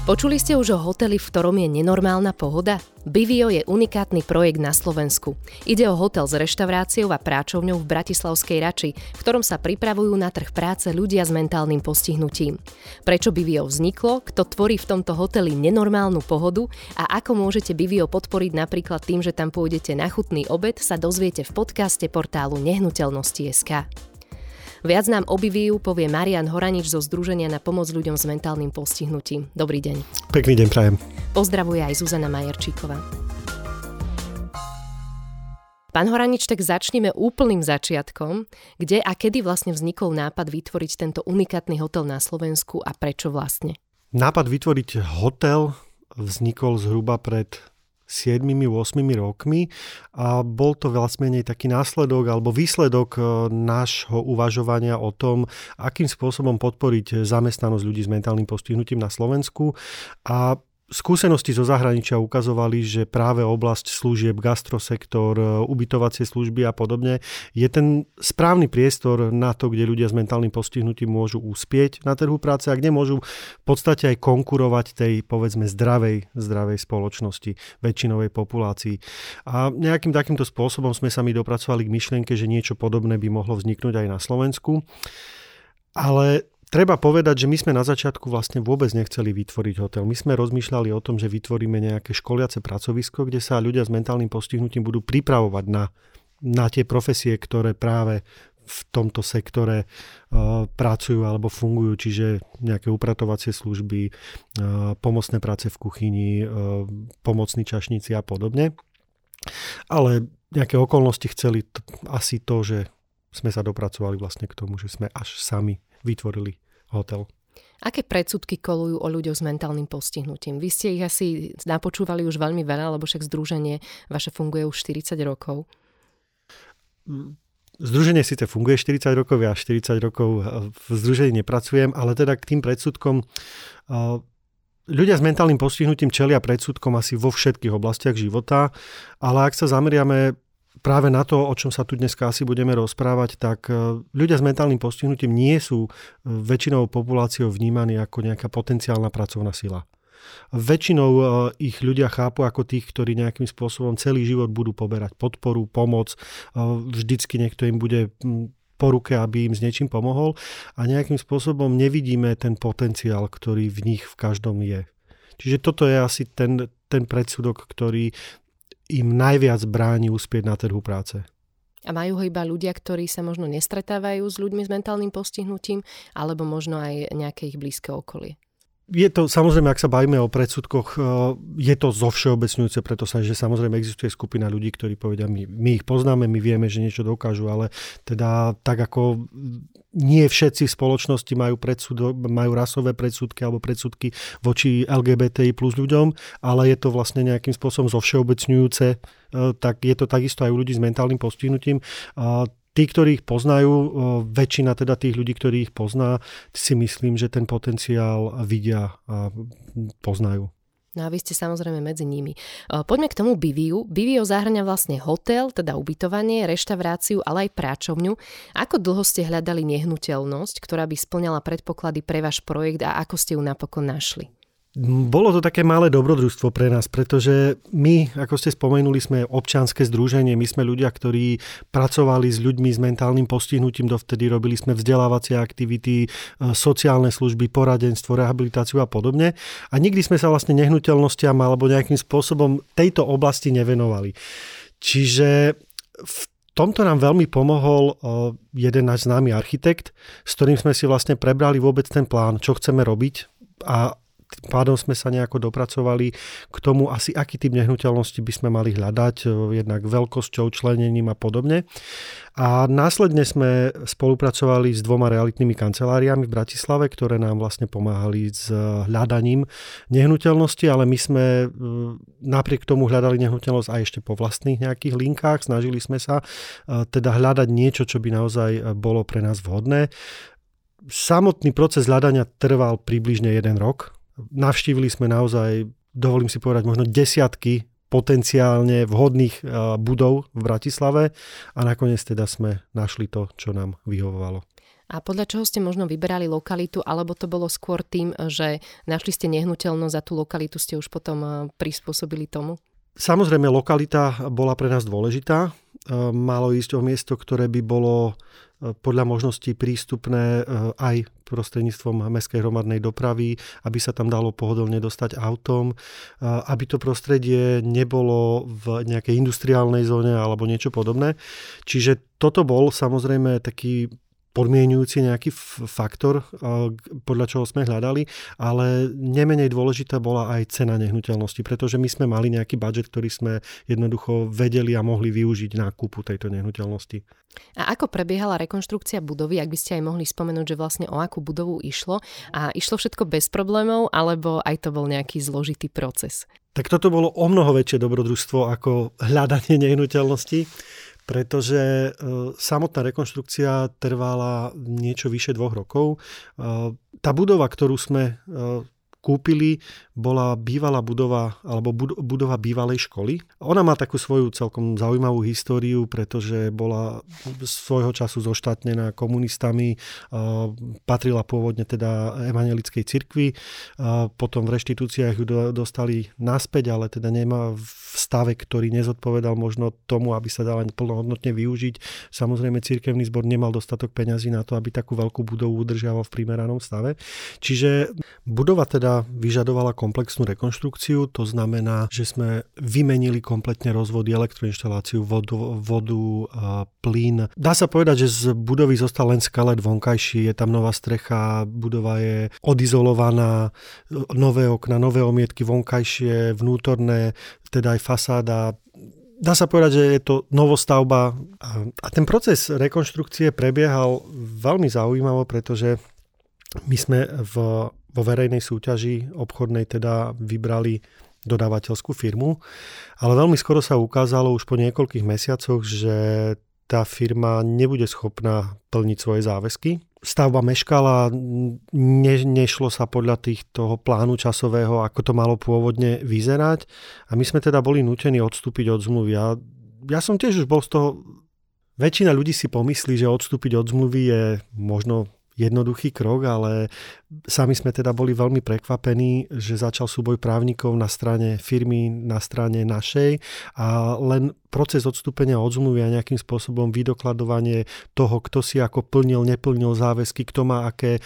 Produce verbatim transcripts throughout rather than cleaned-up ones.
Počuli ste už o hoteli, v ktorom je nenormálna pohoda? Bivio je unikátny projekt na Slovensku. Ide o hotel s reštauráciou a práčovňou v Bratislavskej Rači, v ktorom sa pripravujú na trh práce ľudia s mentálnym postihnutím. Prečo Bivio vzniklo, kto tvorí v tomto hoteli nenormálnu pohodu a ako môžete Bivio podporiť napríklad tým, že tam pôjdete na chutný obed, sa dozviete v podcaste portálu nehnuteľnosti bodka es ká. Viac nám o Biviu povie Marian Horanič zo Združenia na pomoc ľuďom s mentálnym postihnutím. Dobrý deň. Pekný deň prajem. Pozdravuje aj Zuzana Majerčíková. Pán Horanič, tak začneme úplným začiatkom. Kde a kedy vlastne vznikol nápad vytvoriť tento unikátny hotel na Slovensku a prečo vlastne? Nápad vytvoriť hotel vznikol zhruba pred siedmimi ôsmimi rokmi a bol to viac menej taký následok alebo výsledok nášho uvažovania o tom, akým spôsobom podporiť zamestnanosť ľudí s mentálnym postihnutím na Slovensku. A skúsenosti zo zahraničia ukazovali, že práve oblasť služieb, gastrosektor, ubytovacie služby a podobne je ten správny priestor na to, kde ľudia s mentálnym postihnutím môžu uspieť na trhu práce a kde môžu v podstate aj konkurovať tej, povedzme, zdravej, zdravej spoločnosti, väčšinovej populácii. A nejakým takýmto spôsobom sme sa my dopracovali k myšlienke, že niečo podobné by mohlo vzniknúť aj na Slovensku. Ale treba povedať, že my sme na začiatku vlastne vôbec nechceli vytvoriť hotel. My sme rozmýšľali o tom, že vytvoríme nejaké školiace pracovisko, kde sa ľudia s mentálnym postihnutím budú pripravovať na, na tie profesie, ktoré práve v tomto sektore uh, pracujú alebo fungujú, čiže nejaké upratovacie služby, uh, pomocné práce v kuchyni, uh, pomocní čašníci a podobne. Ale nejaké okolnosti chceli t- asi to, že sme sa dopracovali vlastne k tomu, že sme až sami vytvorili hotel. Aké predsudky kolujú o ľuďoch s mentálnym postihnutím? Vy ste ich asi napočúvali už veľmi veľa, lebo však združenie vaše funguje už štyridsať rokov. Združenie síce funguje štyridsať rokov, ja štyridsať rokov v združení nepracujem, ale teda k tým predsudkom ľudia s mentálnym postihnutím čelia predsudkom asi vo všetkých oblastiach života, ale ak sa zameriame práve na to, o čom sa tu dneska asi budeme rozprávať, tak ľudia s mentálnym postihnutím nie sú väčšinou populáciou vnímaní ako nejaká potenciálna pracovná sila. Väčšinou ich ľudia chápu ako tých, ktorí nejakým spôsobom celý život budú poberať podporu, pomoc, vždycky niekto im bude po ruke, aby im s niečím pomohol a nejakým spôsobom nevidíme ten potenciál, ktorý v nich v každom je. Čiže toto je asi ten, ten predsudok, ktorý im najviac bráni uspieť na trhu práce. A majú ho iba ľudia, ktorí sa možno nestretávajú s ľuďmi s mentálnym postihnutím, alebo možno aj nejaké ich blízke okolie? Je to, samozrejme, ak sa bavíme o predsudkoch, je to zovšeobecňujúce, preto sa, že samozrejme existuje skupina ľudí, ktorí povedia, my, my ich poznáme, my vieme, že niečo dokážu, ale teda tak ako nie všetci v spoločnosti majú, predsudok, majú rasové predsudky alebo predsudky voči el gé bé té í plus ľuďom, ale je to vlastne nejakým spôsobom zovšeobecňujúce, tak je to takisto aj u ľudí s mentálnym postihnutím. Tí, ktorí ich poznajú, väčšina teda tých ľudí, ktorí ich pozná, si myslím, že ten potenciál vidia a poznajú. No a vy ste samozrejme medzi nimi. Poďme k tomu Biviu. Bivio zahŕňa vlastne hotel, teda ubytovanie, reštauráciu, ale aj práčovňu. Ako dlho ste hľadali nehnuteľnosť, ktorá by spĺňala predpoklady pre váš projekt a ako ste ju napokon našli? Bolo to také malé dobrodružstvo pre nás, pretože my, ako ste spomenuli, sme občianske združenie, my sme ľudia, ktorí pracovali s ľuďmi s mentálnym postihnutím, dovtedy robili sme vzdelávacie aktivity, sociálne služby, poradenstvo, rehabilitáciu a podobne. A nikdy sme sa vlastne nehnuteľnostiam alebo nejakým spôsobom tejto oblasti nevenovali. Čiže v tomto nám veľmi pomohol jeden náš známy architekt, s ktorým sme si vlastne prebrali vôbec ten plán, čo chceme robiť a tým pádom sme sa nejako dopracovali k tomu asi, aký typ nehnuteľnosti by sme mali hľadať, jednak veľkosťou, členením a podobne. A následne sme spolupracovali s dvoma realitnými kanceláriami v Bratislave, ktoré nám vlastne pomáhali s hľadaním nehnuteľnosti, ale my sme napriek tomu hľadali nehnuteľnosť aj ešte po vlastných nejakých linkách. Snažili sme sa teda hľadať niečo, čo by naozaj bolo pre nás vhodné. Samotný proces hľadania trval približne jeden rok. Navštívili sme naozaj, dovolím si povedať, možno desiatky potenciálne vhodných budov v Bratislave a nakoniec teda sme našli to, čo nám vyhovovalo. A podľa čoho ste možno vyberali lokalitu, alebo to bolo skôr tým, že našli ste nehnuteľnosť a tú lokalitu ste už potom prispôsobili tomu? Samozrejme, lokalita bola pre nás dôležitá. Malo ísť o miesto, ktoré by bolo podľa možností prístupné aj prostredníctvom mestskej hromadnej dopravy, aby sa tam dalo pohodlne dostať autom, aby to prostredie nebolo v nejakej industriálnej zóne alebo niečo podobné. Čiže toto bol samozrejme taký podmienujúci nejaký faktor, podľa čoho sme hľadali, ale nemenej dôležitá bola aj cena nehnuteľnosti, pretože my sme mali nejaký budžet, ktorý sme jednoducho vedeli a mohli využiť na kúpu tejto nehnuteľnosti. A ako prebiehala rekonštrukcia budovy, ak by ste aj mohli spomenúť, že vlastne o akú budovu išlo? A išlo všetko bez problémov, alebo aj to bol nejaký zložitý proces? Tak toto bolo o mnoho väčšie dobrodružstvo ako hľadanie nehnuteľnosti, pretože samotná rekonštrukcia trvala niečo vyše dvoch rokov. Tá budova, ktorú sme kúpili, bola bývalá budova alebo budova bývalej školy. Ona má takú svoju celkom zaujímavú históriu, pretože bola svojho času zoštátnená komunistami, patrila pôvodne teda evanjelickej cirkvi, potom v reštitúciách ju dostali naspäť, ale teda nemá v stave, ktorý nezodpovedal možno tomu, aby sa dala plnohodnotne využiť. Samozrejme, cirkevný zbor nemal dostatok peňazí na to, aby takú veľkú budovu udržiaval v primeranom stave. Čiže budova teda vyžadovala komplexnú rekonštrukciu, to znamená, že sme vymenili kompletne rozvody, elektroinštaláciu, vodu, vodu plyn. Dá sa povedať, že z budovy zostal len skelet vonkajší, je tam nová strecha, budova je odizolovaná, nové okna, nové omietky vonkajšie, vnútorné, teda aj fasáda. Dá sa povedať, že je to novostavba a ten proces rekonštrukcie prebiehal veľmi zaujímavo, pretože my sme v vo verejnej súťaži obchodnej teda vybrali dodávateľskú firmu, ale veľmi skoro sa ukázalo už po niekoľkých mesiacoch, že tá firma nebude schopná plniť svoje záväzky. Stavba meškala, ne, nešlo sa podľa tých toho plánu časového, ako to malo pôvodne vyzerať a my sme teda boli nútení odstúpiť od zmluvy. Ja, ja som tiež už bol z toho, väčšina ľudí si pomyslí, že odstúpiť od zmluvy je možno jednoduchý krok, ale sami sme teda boli veľmi prekvapení, že začal súboj právnikov na strane firmy, na strane našej a len proces odstúpenia od zmluvy a nejakým spôsobom vydokladovanie toho, kto si ako plnil, neplnil záväzky, kto má aké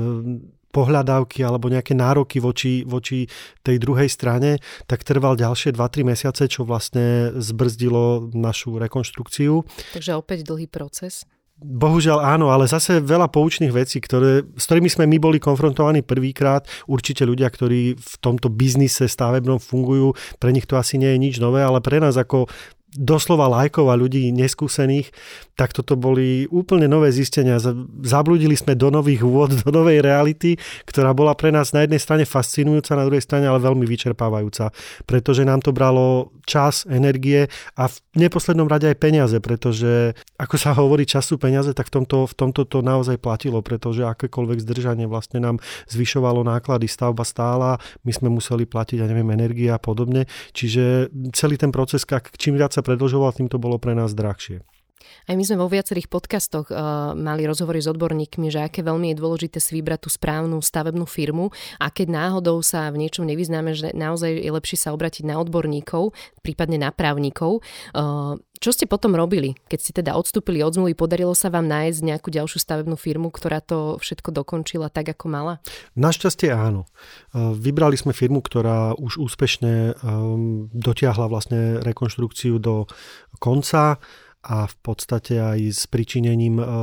pohľadávky alebo nejaké nároky voči, voči tej druhej strane, tak trval ďalšie dva tri mesiace, čo vlastne zbrzdilo našu rekonštrukciu. Takže opäť dlhý proces. Bohužiaľ áno, ale zase veľa poučných vecí, ktoré, s ktorými sme my boli konfrontovaní prvýkrát. Určite ľudia, ktorí v tomto biznise stavebnom fungujú, pre nich to asi nie je nič nové, ale pre nás ako doslova lajkov a ľudí neskúsených, tak toto boli úplne nové zistenia. Zablúdili sme do nových vôd, do novej reality, ktorá bola pre nás na jednej strane fascinujúca, na druhej strane ale veľmi vyčerpávajúca, pretože nám to bralo čas, energie a v neposlednom rade aj peniaze, pretože ako sa hovorí, čas sú peniaze, tak v tomto, v tomto to naozaj platilo, pretože akékoľvek zdržanie vlastne nám zvyšovalo náklady, stavba stála, my sme museli platiť, ja neviem, energie a podobne, čiže celý ten proces, čím viac sa predĺžoval, tým to bolo pre nás drahšie. Aj my sme vo viacerých podcastoch uh, mali rozhovory s odborníkmi, že aké veľmi je dôležité si vybrať tú správnu stavebnú firmu a keď náhodou sa v niečom nevyznáme, že naozaj je lepšie sa obrátiť na odborníkov, prípadne na právnikov. Uh, čo ste potom robili, keď ste teda odstúpili od zmluvy? Podarilo sa vám nájsť nejakú ďalšiu stavebnú firmu, ktorá to všetko dokončila tak, ako mala? Našťastie áno. Vybrali sme firmu, ktorá už úspešne um, dotiahla vlastne rekonštrukciu do konca a v podstate aj s pričinením uh,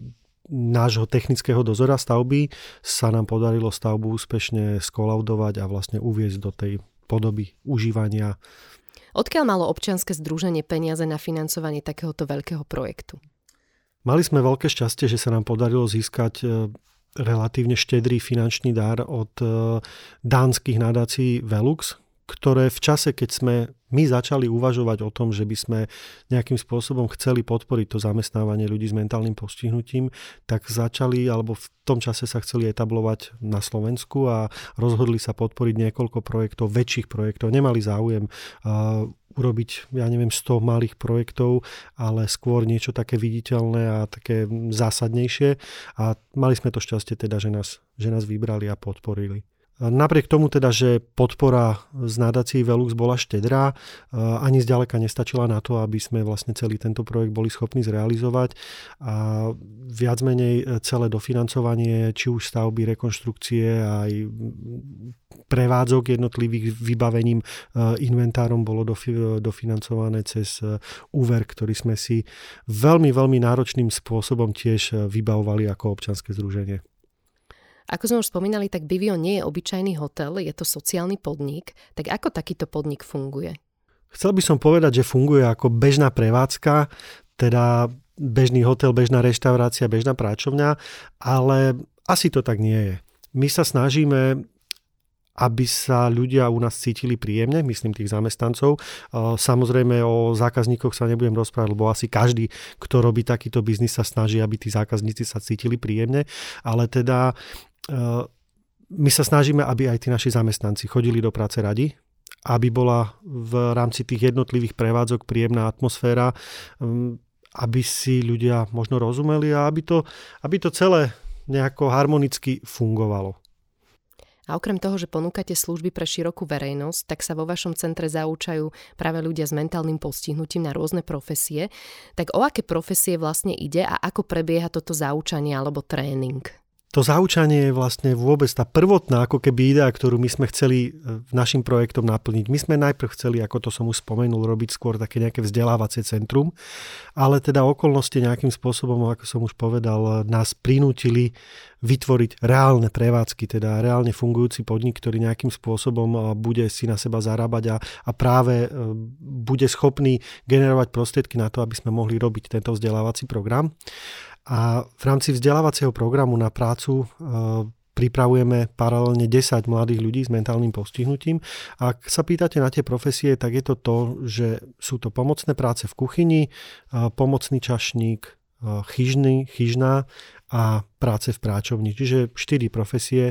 nášho technického dozora stavby sa nám podarilo stavbu úspešne skolaudovať a vlastne uviesť do tej podoby užívania. Odkiaľ malo občianske združenie peniaze na financovanie takéhoto veľkého projektu? Mali sme veľké šťastie, že sa nám podarilo získať relatívne štedrý finančný dar od dánskych nadácií Velux, ktoré v čase, keď sme my začali uvažovať o tom, že by sme nejakým spôsobom chceli podporiť to zamestnávanie ľudí s mentálnym postihnutím, tak začali, alebo v tom čase sa chceli etablovať na Slovensku a rozhodli sa podporiť niekoľko projektov, väčších projektov. Nemali záujem uh, urobiť, ja neviem, sto malých projektov, ale skôr niečo také viditeľné a také zásadnejšie. A mali sme to šťastie teda, že nás, že nás vybrali a podporili. Napriek tomu teda, že podpora z nadácií Velux bola štedrá, ani zďaleka nestačila na to, aby sme vlastne celý tento projekt boli schopní zrealizovať a viac menej celé dofinancovanie, či už stavby, rekonštrukcie, aj prevádzok jednotlivých vybavením inventárom bolo dofinancované cez úver, ktorý sme si veľmi, veľmi náročným spôsobom tiež vybavovali ako občianske združenie. Ako sme už spomínali, tak Bivio nie je obyčajný hotel, je to sociálny podnik. Tak ako takýto podnik funguje? Chcel by som povedať, že funguje ako bežná prevádzka, teda bežný hotel, bežná reštaurácia, bežná práčovňa, ale asi to tak nie je. My sa snažíme, aby sa ľudia u nás cítili príjemne, myslím tých zamestnancov. Samozrejme o zákazníkoch sa nebudem rozprávať, lebo asi každý, kto robí takýto biznis, sa snaží, aby tí zákazníci sa cítili príjemne, ale teda my sa snažíme, aby aj tí naši zamestnanci chodili do práce radi, aby bola v rámci tých jednotlivých prevádzok príjemná atmosféra, aby si ľudia možno rozumeli a aby to, aby to celé nejako harmonicky fungovalo. A okrem toho, že ponúkate služby pre širokú verejnosť, tak sa vo vašom centre zaučajú práve ľudia s mentálnym postihnutím na rôzne profesie. Tak o aké profesie vlastne ide a ako prebieha toto zaučanie alebo tréning? To zaučanie je vlastne vôbec tá prvotná ako keby idea, ktorú my sme chceli našim projektom naplniť. My sme najprv chceli, ako to som už spomenul, robiť skôr také nejaké vzdelávacie centrum, ale teda okolnosti nejakým spôsobom, ako som už povedal, nás prinútili vytvoriť reálne prevádzky, teda reálne fungujúci podnik, ktorý nejakým spôsobom bude si na seba zarábať a, a práve bude schopný generovať prostriedky na to, aby sme mohli robiť tento vzdelávací program. A v rámci vzdelávacieho programu na prácu e, pripravujeme paralelne desať mladých ľudí s mentálnym postihnutím. Ak sa pýtate na tie profesie, tak je to to, že sú to pomocné práce v kuchyni, e, pomocný čašník, e, chyžný, chyžná a práce v práčovni. Čiže štyri profesie.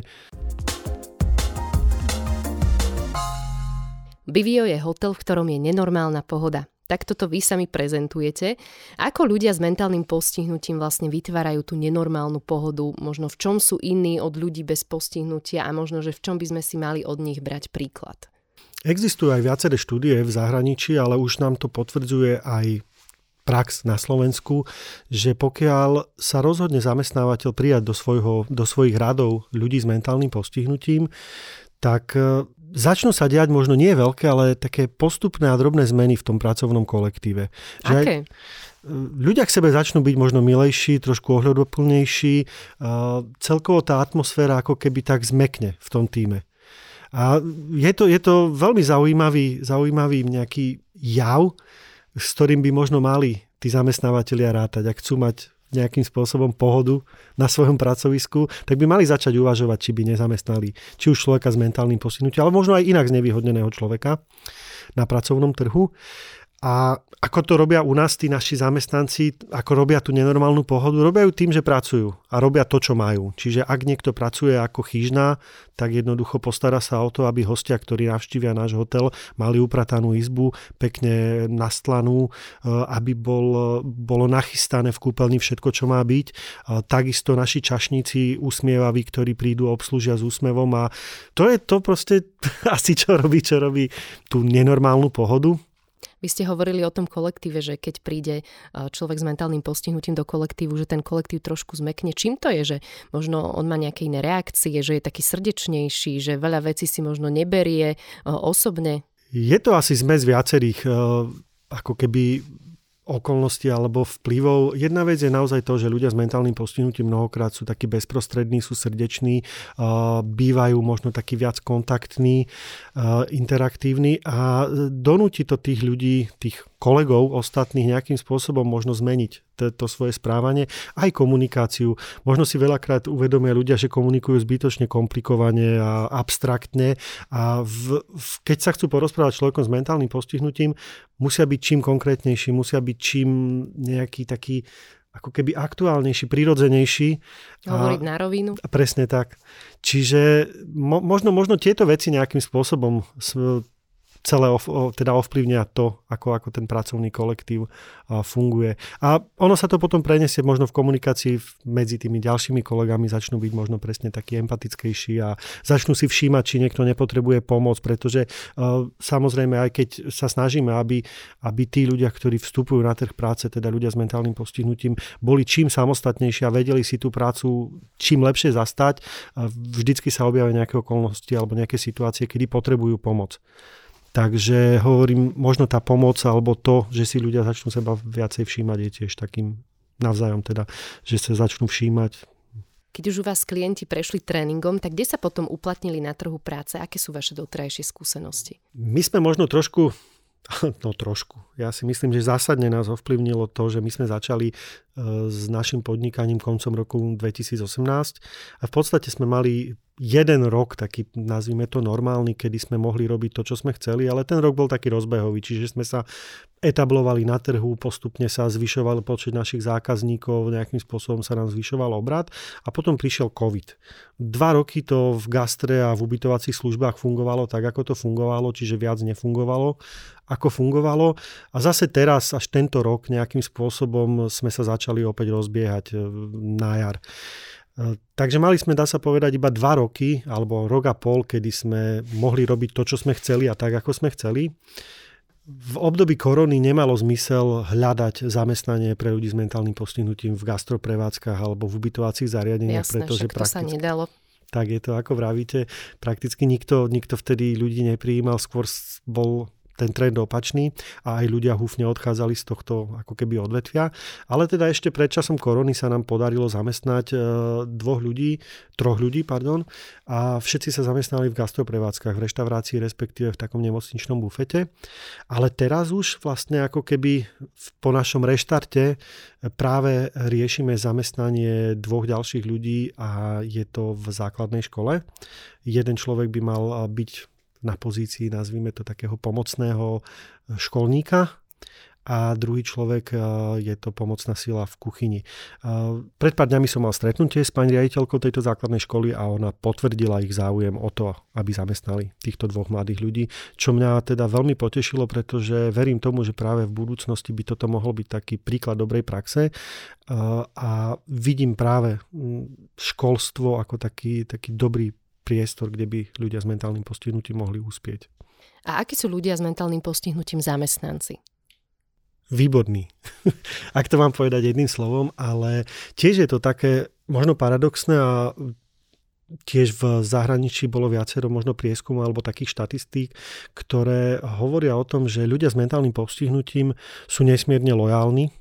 Bivio je hotel, v ktorom je nenormálna pohoda. Takto to vy sami prezentujete. Ako ľudia s mentálnym postihnutím vlastne vytvárajú tú nenormálnu pohodu? Možno v čom sú iní od ľudí bez postihnutia a možno, že v čom by sme si mali od nich brať príklad? Existujú aj viaceré štúdie v zahraničí, ale už nám to potvrdzuje aj prax na Slovensku, že pokiaľ sa rozhodne zamestnávateľ prijať do, svojho, do svojich radov ľudí s mentálnym postihnutím, tak začnú sa diať možno nie veľké, ale také postupné a drobné zmeny v tom pracovnom kolektíve. Že Aké? Ľudia k sebe začnú byť možno milejší, trošku ohľaduplnejší. Celkovo tá atmosféra ako keby tak zmekne v tom tíme. A je to, je to veľmi zaujímavý, zaujímavý nejaký jav, s ktorým by možno mali tí zamestnávateľia rátať, ak chcú mať nejakým spôsobom pohodu na svojom pracovisku, tak by mali začať uvažovať, či by nezamestnali či už človeka s mentálnym postihnutím, ale možno aj inak znevýhodneného človeka na pracovnom trhu. A ako to robia u nás tí naši zamestnanci, ako robia tú nenormálnu pohodu, robia ju tým, že pracujú a robia to, čo majú. Čiže ak niekto pracuje ako chyžná, tak jednoducho postará sa o to, aby hostia, ktorí navštívia náš hotel, mali upratanú izbu, pekne nastlanú, aby bol, bolo nachystané v kúpeľni všetko, čo má byť. Takisto naši čašníci usmievaví, ktorí prídu, obslúžia s úsmevom a to je to proste asi, čo robí, čo robí tú nenormálnu pohodu. Vy ste hovorili o tom kolektíve, že keď príde človek s mentálnym postihnutím do kolektívu, že ten kolektív trošku zmekne. Čím to je? Že možno on má nejaké iné reakcie, že je taký srdečnejší, že veľa vecí si možno neberie osobne? Je to asi zmes viacerých ako keby okolností alebo vplyvov. Jedna vec je naozaj to, že ľudia s mentálnym postihnutím mnohokrát sú takí bezprostrední, sú srdeční, bývajú možno takí viac kontaktní, interaktívni a donúti to tých ľudí, tých kolegov ostatných nejakým spôsobom možno zmeniť to svoje správanie, aj komunikáciu. Možno si veľakrát uvedomia ľudia, že komunikujú zbytočne komplikovane a abstraktne a v, v, keď sa chcú porozprávať s človekom s mentálnym postihnutím, musia byť čím konkrétnejší, musia byť čím nejaký taký ako keby aktuálnejší, prirodzenejší. Hovoriť na rovinu. Presne tak. Čiže mo, možno, možno tieto veci nejakým spôsobom celé ov, teda ovplyvnia to, ako, ako ten pracovný kolektív funguje. A ono sa to potom preniesie možno v komunikácii medzi tými ďalšími kolegami, začnú byť možno presne takí empatickejší a začnú si všímať, či niekto nepotrebuje pomoc, pretože uh, samozrejme, aj keď sa snažíme, aby, aby tí ľudia, ktorí vstupujú na trh práce, teda ľudia s mentálnym postihnutím, boli čím samostatnejší a vedeli si tú prácu čím lepšie zastať, vždycky sa objavia nejaké okolnosti alebo nejaké situácie, kedy potrebujú pomoc. Takže hovorím, možno tá pomoc alebo to, že si ľudia začnú seba viacej všímať, je tiež takým navzájom teda, že sa začnú všímať. Keď už u vás klienti prešli tréningom, tak kde sa potom uplatnili na trhu práce? Aké sú vaše doterajšie skúsenosti? My sme možno trošku, no trošku, ja si myslím, že zásadne nás ovplyvnilo to, že my sme začali s našim podnikaním koncom roku dvetisícosemnásť a v podstate sme mali jeden rok, taký nazvime to normálny, kedy sme mohli robiť to, čo sme chceli, ale ten rok bol taký rozbehový, čiže sme sa etablovali na trhu, postupne sa zvyšoval počet našich zákazníkov, nejakým spôsobom sa nám zvyšoval obrat a potom prišiel COVID. Dva roky to v gastre a v ubytovacích službách fungovalo tak, ako to fungovalo, čiže viac nefungovalo, ako fungovalo a zase teraz, až tento rok nejakým spôsobom sme sa začali opäť rozbiehať na jar. Takže mali sme, dá sa povedať, iba dva roky alebo rok a pol, kedy sme mohli robiť to, čo sme chceli a tak, ako sme chceli. V období korony nemalo zmysel hľadať zamestnanie pre ľudí s mentálnym postihnutím v gastroprevádzkach alebo v ubytovacích zariadeniach. Jasné, pretože však to sa nedalo. Tak je to, ako vravíte, prakticky nikto, nikto vtedy ľudí neprijímal, skôr bol ten trend opačný a aj ľudia húfne odchádzali z tohto ako keby odvetvia. Ale teda ešte pred časom korony sa nám podarilo zamestnať dvoch ľudí, troch ľudí, pardon, a všetci sa zamestnali v gastroprevádzkach, v reštaurácii, respektíve v takom nemocničnom bufete. Ale teraz už vlastne ako keby po našom reštarte práve riešime zamestnanie dvoch ďalších ľudí a je to v základnej škole. Jeden človek by mal byť na pozícii, nazvime to, takého pomocného školníka a druhý človek je to pomocná sila v kuchyni. Pred pár dňami som mal stretnutie s pani riaditeľkou tejto základnej školy a ona potvrdila ich záujem o to, aby zamestnali týchto dvoch mladých ľudí, čo mňa teda veľmi potešilo, pretože verím tomu, že práve v budúcnosti by toto mohol byť taký príklad dobrej praxe a vidím práve školstvo ako taký, taký dobrý priestor, kde by ľudia s mentálnym postihnutím mohli uspieť. A akí sú ľudia s mentálnym postihnutím zamestnanci? Výborný. Ak to mám povedať jedným slovom, ale tiež je to také možno paradoxné a tiež v zahraničí bolo viacero možno prieskumov alebo takých štatistík, ktoré hovoria o tom, že ľudia s mentálnym postihnutím sú nesmierne lojálni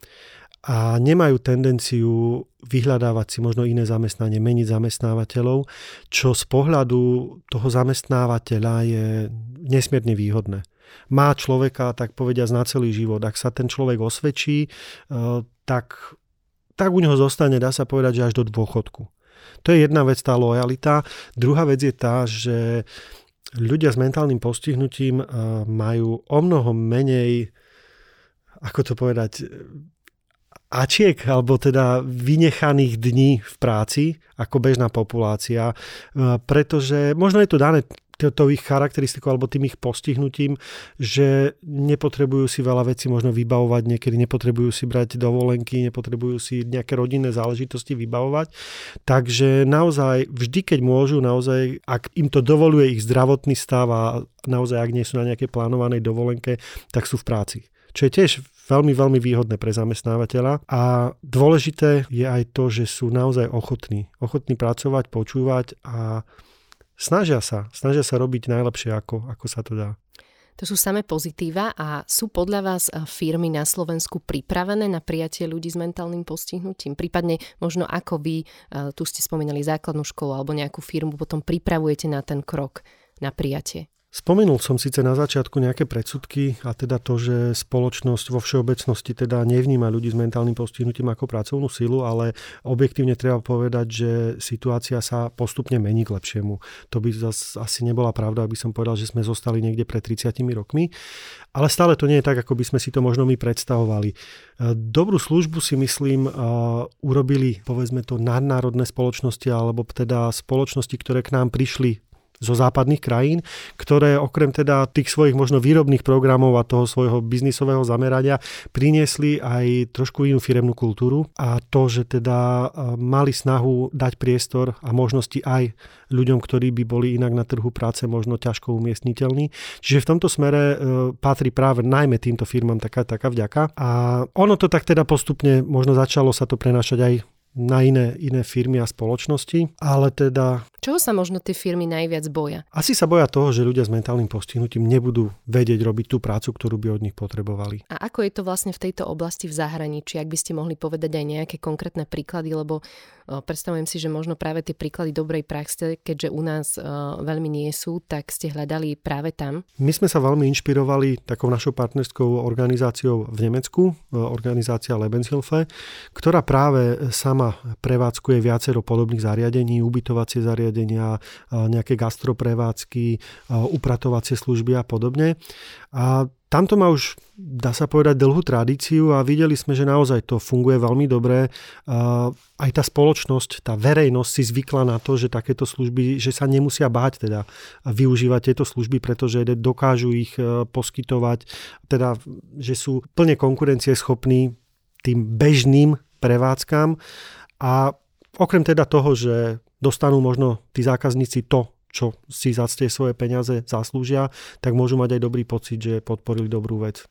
a nemajú tendenciu vyhľadávať si možno iné zamestnanie, meniť zamestnávateľov, čo z pohľadu toho zamestnávateľa je nesmierne výhodné. Má človeka, tak povediať, na celý život. Ak sa ten človek osvedčí, tak, tak u neho zostane, dá sa povedať, že až do dôchodku. To je jedna vec, tá lojalita. Druhá vec je tá, že ľudia s mentálnym postihnutím majú o mnoho menej, ako to povedať, ačiek, alebo teda vynechaných dní v práci ako bežná populácia, pretože možno je to dané tou ich charakteristikou alebo tým ich postihnutím, že nepotrebujú si veľa vecí možno vybavovať, niekedy nepotrebujú si brať dovolenky, nepotrebujú si nejaké rodinné záležitosti vybavovať. Takže naozaj vždy, keď môžu, naozaj, ak im to dovoluje ich zdravotný stav a naozaj, ak nie sú na nejakej plánovanej dovolenke, tak sú v práci. Čo je tiež veľmi, veľmi výhodné pre zamestnávateľa. A dôležité je aj to, že sú naozaj ochotní. Ochotní pracovať, počúvať a snažia sa. Snažia sa robiť najlepšie, ako, ako sa to dá. To sú samé pozitíva a sú podľa vás firmy na Slovensku pripravené na prijatie ľudí s mentálnym postihnutím? Prípadne možno ako vy, tu ste spomínali základnú školu alebo nejakú firmu, potom pripravujete na ten krok na prijatie? Spomenul som síce na začiatku nejaké predsudky a teda to, že spoločnosť vo všeobecnosti teda nevníma ľudí s mentálnym postihnutím ako pracovnú silu, ale objektívne treba povedať, že situácia sa postupne mení k lepšiemu. To by zase asi nebola pravda, aby som povedal, že sme zostali niekde pred tridsiatimi rokmi, ale stále to nie je tak, ako by sme si to možno my predstavovali. Dobrú službu si myslím urobili, povedzme to, nadnárodné spoločnosti alebo teda spoločnosti, ktoré k nám prišli zo západných krajín, ktoré okrem teda tých svojich možno výrobných programov a toho svojho biznisového zamerania priniesli aj trošku inú firemnú kultúru a to, že teda mali snahu dať priestor a možnosti aj ľuďom, ktorí by boli inak na trhu práce možno ťažko umiestniteľní. Čiže v tomto smere patrí práve najmä týmto firmám taká, taká vďaka. A ono to tak teda postupne možno začalo sa to prenášať aj na iné, iné firmy a spoločnosti, ale teda... Čoho sa možno tie firmy najviac boja? Asi sa boja toho, že ľudia s mentálnym postihnutím nebudú vedieť robiť tú prácu, ktorú by od nich potrebovali. A ako je to vlastne v tejto oblasti v zahraničí? Ak by ste mohli povedať aj nejaké konkrétne príklady, lebo o, predstavujem si, že možno práve tie príklady dobrej praxe, keďže u nás o, veľmi nie sú, tak ste hľadali práve tam? My sme sa veľmi inšpirovali takou našou partnerskou organizáciou v Nemecku, organizácia Lebenshilfe, ktorá práve sama prevádzkuje viacero podobných zariadení, ubytovacie zariadenia, nejaké gastroprevádzky, upratovacie služby a podobne. A tamto má už, dá sa povedať, dlhú tradíciu a videli sme, že naozaj to funguje veľmi dobre. Aj tá spoločnosť, tá verejnosť si zvykla na to, že takéto služby, že sa nemusia báť teda využívať tieto služby, pretože dokážu ich poskytovať, teda, že sú plne konkurencieschopní tým bežným prevádzkam. A okrem teda toho, že dostanú možno tí zákazníci to, čo si za tie svoje peniaze zaslúžia, tak môžu mať aj dobrý pocit, že podporili dobrú vec.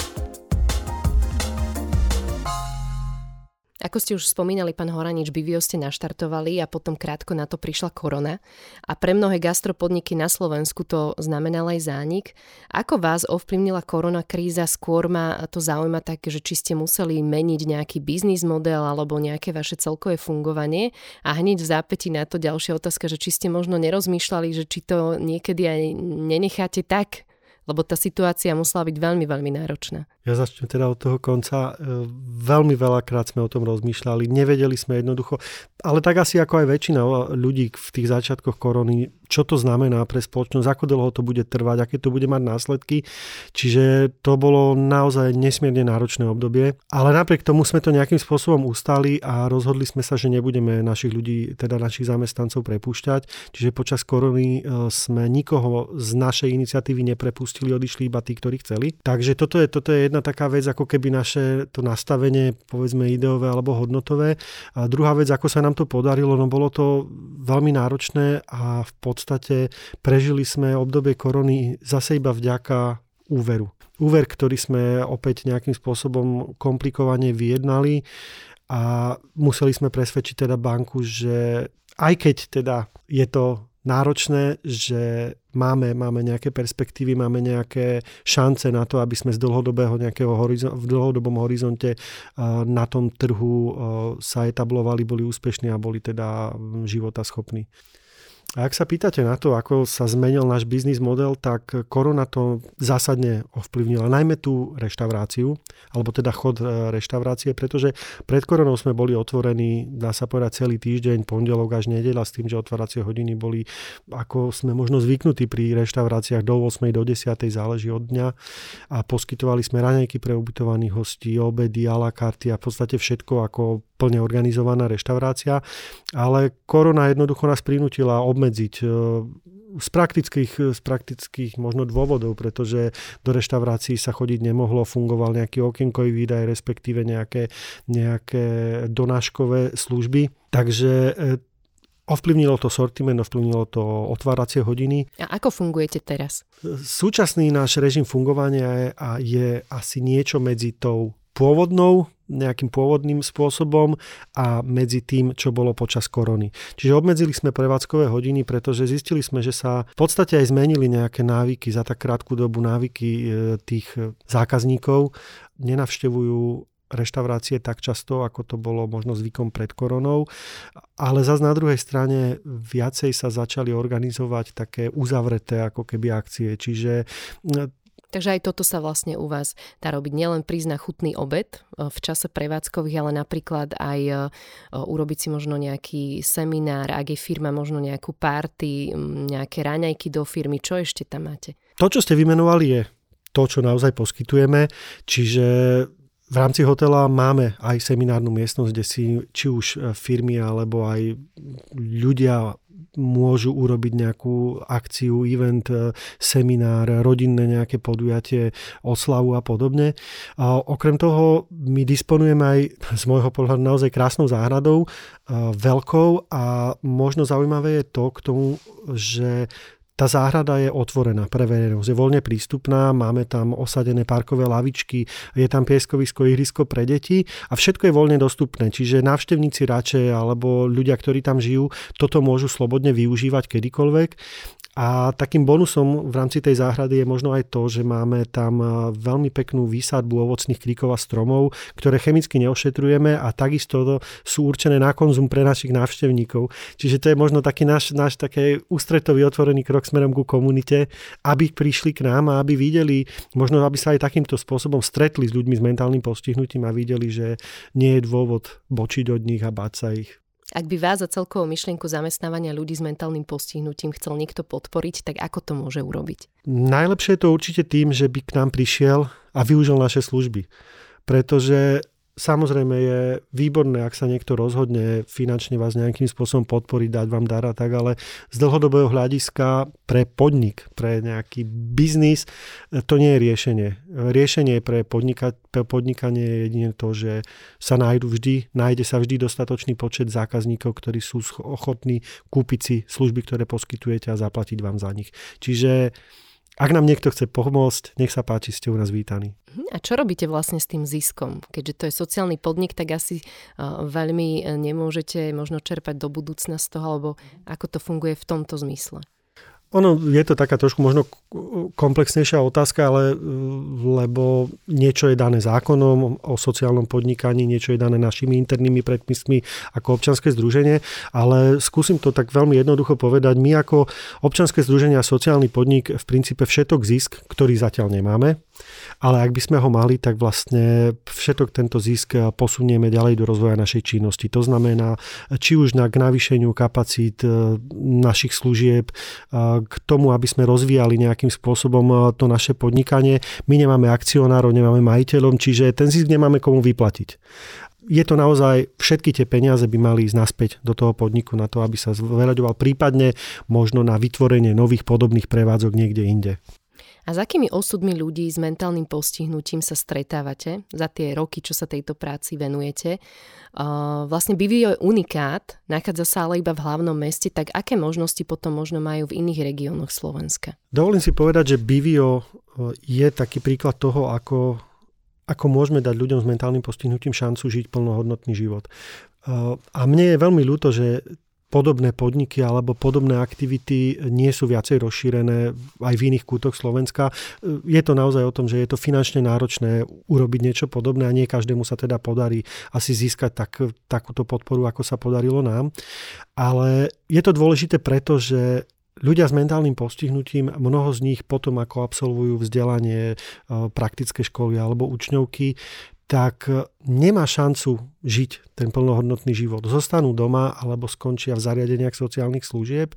Ako ste už spomínali, pán Horanič, Bivio ste naštartovali a potom krátko na to prišla korona. A pre mnohé gastropodniky na Slovensku to znamenal aj zánik. Ako vás ovplyvnila korona kríza? Skôr ma to zaujíma tak, že či ste museli meniť nejaký biznis model alebo nejaké vaše celkové fungovanie. A hneď v zápäti na to ďalšia otázka, že či ste možno nerozmýšľali, že či to niekedy aj nenecháte tak, lebo tá situácia musela byť veľmi, veľmi náročná. Ja začnem teda od toho konca. Veľmi veľakrát sme o tom rozmýšľali, nevedeli sme jednoducho, ale tak asi ako aj väčšina ľudí v tých začiatkoch korony, čo to znamená pre spoločnosť, ako dlho to bude trvať, aké to bude mať následky. Čiže to bolo naozaj nesmierne náročné obdobie, ale napriek tomu sme to nejakým spôsobom ustali a rozhodli sme sa, že nebudeme našich ľudí, teda našich zamestnancov prepúšťať. Čiže počas korony sme nikoho z našej iniciatívy neprepustili, odišli iba tí, ktorí chceli. Takže toto je, toto je jedna taká vec, ako keby naše to nastavenie, povedzme ideové alebo hodnotové. A druhá vec, ako sa nám to podarilo, no bolo to veľmi náročné a v podstate prežili sme obdobie korony zase iba vďaka úveru. Úver, ktorý sme opäť nejakým spôsobom komplikovane vyjednali a museli sme presvedčiť teda banku, že aj keď teda je to náročné, že máme, máme nejaké perspektívy, máme nejaké šance na to, aby sme z dlhodobého nejakého horizon, v dlhodobom horizonte na tom trhu sa etablovali, boli úspešní a boli teda životaschopní. A ak sa pýtate na to, ako sa zmenil náš biznis model, tak korona to zásadne ovplyvnila najmä tú reštauráciu, alebo teda chod reštaurácie, pretože pred koronou sme boli otvorení, dá sa povedať, celý týždeň, pondelok až nedeľa, s tým, že otváracie hodiny boli, ako sme možno zvyknutí pri reštauráciách, do ôsmej, do desiatej, záleží od dňa. A poskytovali sme raňajky pre ubytovaných hostí, obedy, a la carte a v podstate všetko ako plne organizovaná reštaurácia, ale korona jednoducho nás prinútila obmedziť z praktických, z praktických možno dôvodov, pretože do reštaurácií sa chodiť nemohlo, fungoval nejaký okienkový výdaj, respektíve nejaké, nejaké donáškové služby. Takže ovplyvnilo to sortiment, ovplyvnilo to otváracie hodiny. A ako fungujete teraz? Súčasný náš režim fungovania je, je asi niečo medzi tou pôvodnou, nejakým pôvodným spôsobom a medzi tým, čo bolo počas korony. Čiže obmedzili sme prevádzkové hodiny, pretože zistili sme, že sa v podstate aj zmenili nejaké návyky za tak krátku dobu, návyky tých zákazníkov. Nenavštevujú reštaurácie tak často, ako to bolo možno zvykom pred koronou, ale zase na druhej strane viacej sa začali organizovať také uzavreté ako keby akcie, čiže takže aj toto sa vlastne u vás dá robiť, nielen prísť na chutný obed v čase prevádzkových, ale napríklad aj urobiť si možno nejaký seminár, ak je firma možno nejakú party, nejaké raňajky do firmy, čo ešte tam máte? To, čo ste vymenovali, je to, čo naozaj poskytujeme, čiže v rámci hotela máme aj seminárnu miestnosť, kde si či už firmy alebo aj ľudia môžu urobiť nejakú akciu, event, seminár, rodinné nejaké podujatie, oslavu a podobne. A okrem toho my disponujeme aj z môjho pohľadu naozaj krásnou záhradou, veľkou, a možno zaujímavé je to k tomu, že tá záhrada je otvorená pre verejnosť, je voľne prístupná, máme tam osadené parkové lavičky, je tam pieskovisko, ihrisko pre deti a všetko je voľne dostupné. Čiže návštevníci radšej alebo ľudia, ktorí tam žijú, toto môžu slobodne využívať kedykoľvek. A takým bonusom v rámci tej záhrady je možno aj to, že máme tam veľmi peknú výsadbu ovocných kríkov a stromov, ktoré chemicky neošetrujeme a takisto sú určené na konzum pre našich návštevníkov. Čiže to je možno taký náš, náš taký ústretový otvorený krok smerom ku komunite, aby prišli k nám a aby videli, možno aby sa aj takýmto spôsobom stretli s ľuďmi s mentálnym postihnutím a videli, že nie je dôvod bočiť od nich a báť sa ich. Ak by vás za celkovú myšlienku zamestnávania ľudí s mentálnym postihnutím chcel niekto podporiť, tak ako to môže urobiť? Najlepšie je to určite tým, že by k nám prišiel a využil naše služby. Pretože samozrejme je výborné, ak sa niekto rozhodne finančne vás nejakým spôsobom podporiť, dať vám dar a tak, ale z dlhodobého hľadiska pre podnik, pre nejaký biznis, to nie je riešenie. Riešenie pre podnika, pre podnikanie je jedine to, že sa nájdu vždy, nájde sa vždy dostatočný počet zákazníkov, ktorí sú ochotní kúpiť si služby, ktoré poskytujete a zaplatiť vám za nich. Čiže ak nám niekto chce pomôcť, nech sa páči, ste u nás vítaní. A čo robíte vlastne s tým ziskom? Keďže to je sociálny podnik, tak asi uh, veľmi nemôžete možno čerpať do budúcna z toho, alebo ako to funguje v tomto zmysle? Ono je to taká trošku možno komplexnejšia otázka, ale lebo niečo je dané zákonom o sociálnom podnikaní, niečo je dané našimi internými predpismi ako občianske združenie, ale skúsim to tak veľmi jednoducho povedať. My ako občianske združenie a sociálny podnik v princípe všetok zisk, ktorý zatiaľ nemáme, ale ak by sme ho mali, tak vlastne všetok tento zisk posunieme ďalej do rozvoja našej činnosti. To znamená, či už na, k navýšeniu kapacít našich služieb, k tomu, aby sme rozvíjali nejakým spôsobom to naše podnikanie. My nemáme akcionárov, nemáme majiteľov, čiže ten zisk nemáme komu vyplatiť. Je to naozaj, všetky tie peniaze by mali ísť naspäť do toho podniku na to, aby sa zveľaďoval, prípadne možno na vytvorenie nových podobných prevádzok niekde inde. A s akými osudmi ľudí s mentálnym postihnutím sa stretávate za tie roky, čo sa tejto práci venujete? Uh, vlastne Bivio je unikát, nachádza sa ale iba v hlavnom meste, tak aké možnosti potom možno majú v iných regiónoch Slovenska? Dovolím si povedať, že Bivio je taký príklad toho, ako, ako môžeme dať ľuďom s mentálnym postihnutím šancu žiť plnohodnotný život. Uh, a mne je veľmi ľúto, že podobné podniky alebo podobné aktivity nie sú viacej rozšírené aj v iných kútoch Slovenska. Je to naozaj o tom, že je to finančne náročné urobiť niečo podobné a nie každému sa teda podarí asi získať tak, takúto podporu, ako sa podarilo nám. Ale je to dôležité preto, že ľudia s mentálnym postihnutím, mnoho z nich potom, ako absolvujú vzdelanie, praktické školy alebo učňovky, tak nemá šancu žiť ten plnohodnotný život. Zostanú doma alebo skončia v zariadeniach sociálnych služieb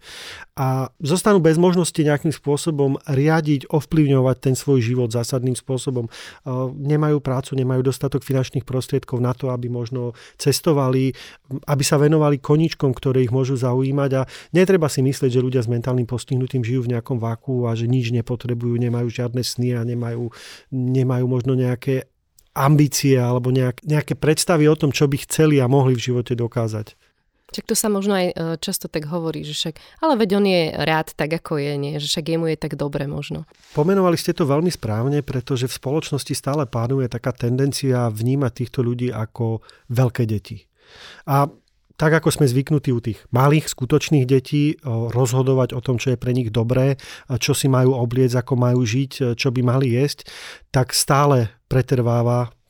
a zostanú bez možnosti nejakým spôsobom riadiť, ovplyvňovať ten svoj život zásadným spôsobom. Nemajú prácu, nemajú dostatok finančných prostriedkov na to, aby možno cestovali, aby sa venovali koníčkom, ktoré ich môžu zaujímať, a netreba si myslieť, že ľudia s mentálnym postihnutím žijú v nejakom váku a že nič nepotrebujú, nemajú žiadne sny a nemajú, nemajú možno nejaké ambície alebo nejak, nejaké predstavy o tom, čo by chceli a mohli v živote dokázať. Čak to sa možno aj často tak hovorí, že však, ale veď on je rád tak, ako je, nie? Že však jemu je tak dobre možno. Pomenovali ste to veľmi správne, pretože v spoločnosti stále pánuje taká tendencia vnímať týchto ľudí ako veľké deti. A tak ako sme zvyknutí u tých malých, skutočných detí rozhodovať o tom, čo je pre nich dobré, čo si majú obliecť, ako majú žiť, čo by mali jesť, tak stále pretrváva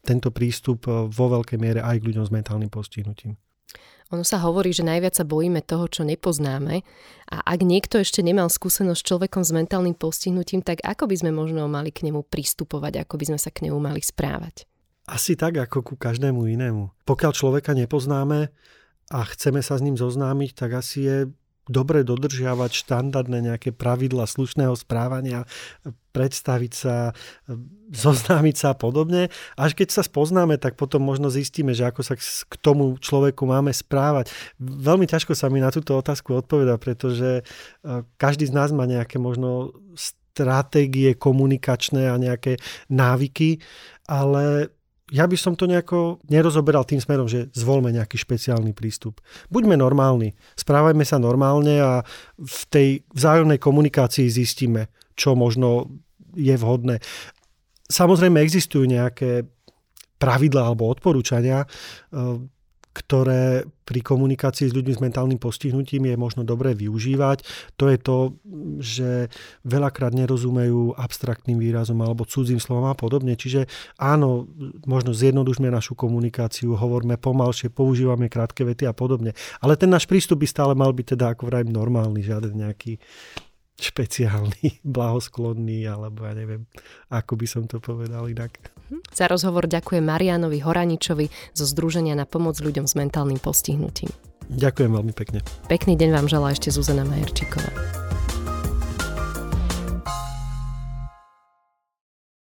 tento prístup vo veľkej miere aj k ľuďom s mentálnym postihnutím. Ono sa hovorí, že najviac sa bojíme toho, čo nepoznáme, a ak niekto ešte nemal skúsenosť s človekom s mentálnym postihnutím, tak ako by sme možno mali k nemu pristupovať, ako by sme sa k nemu mali správať? Asi tak, ako ku každému inému. Pokiaľ človeka nepoznáme a chceme sa s ním zoznámiť, tak asi je dobre dodržiavať štandardné nejaké pravidlá slušného správania, predstaviť sa, zoznámiť sa a podobne. Až keď sa spoznáme, tak potom možno zistíme, že ako sa k tomu človeku máme správať. Veľmi ťažko sa mi na túto otázku odpovedá, pretože každý z nás má nejaké možno stratégie komunikačné a nejaké návyky, ale ja by som to nejako nerozoberal tým smerom, že zvolme nejaký špeciálny prístup. Buďme normálni, správajme sa normálne a v tej vzájomnej komunikácii zistíme, čo možno je vhodné. Samozrejme existujú nejaké pravidlá alebo odporúčania, ktoré pri komunikácii s ľuďmi s mentálnym postihnutím je možno dobré využívať. To je to, že veľakrát nerozumejú abstraktným výrazom alebo cudzím slovom a podobne. Čiže áno, možno zjednodušme našu komunikáciu, hovorme pomalšie, používame krátke vety a podobne. Ale ten náš prístup by stále mal byť teda, ako vrajím, normálny, žiaden nejaký špeciálny, blahosklonný, alebo ja neviem, ako by som to povedal inak. Za rozhovor ďakujem Marianovi Horaničovi zo Združenia na pomoc ľuďom s mentálnym postihnutím. Ďakujem veľmi pekne. Pekný deň vám želá ešte Zuzana Majerčíková.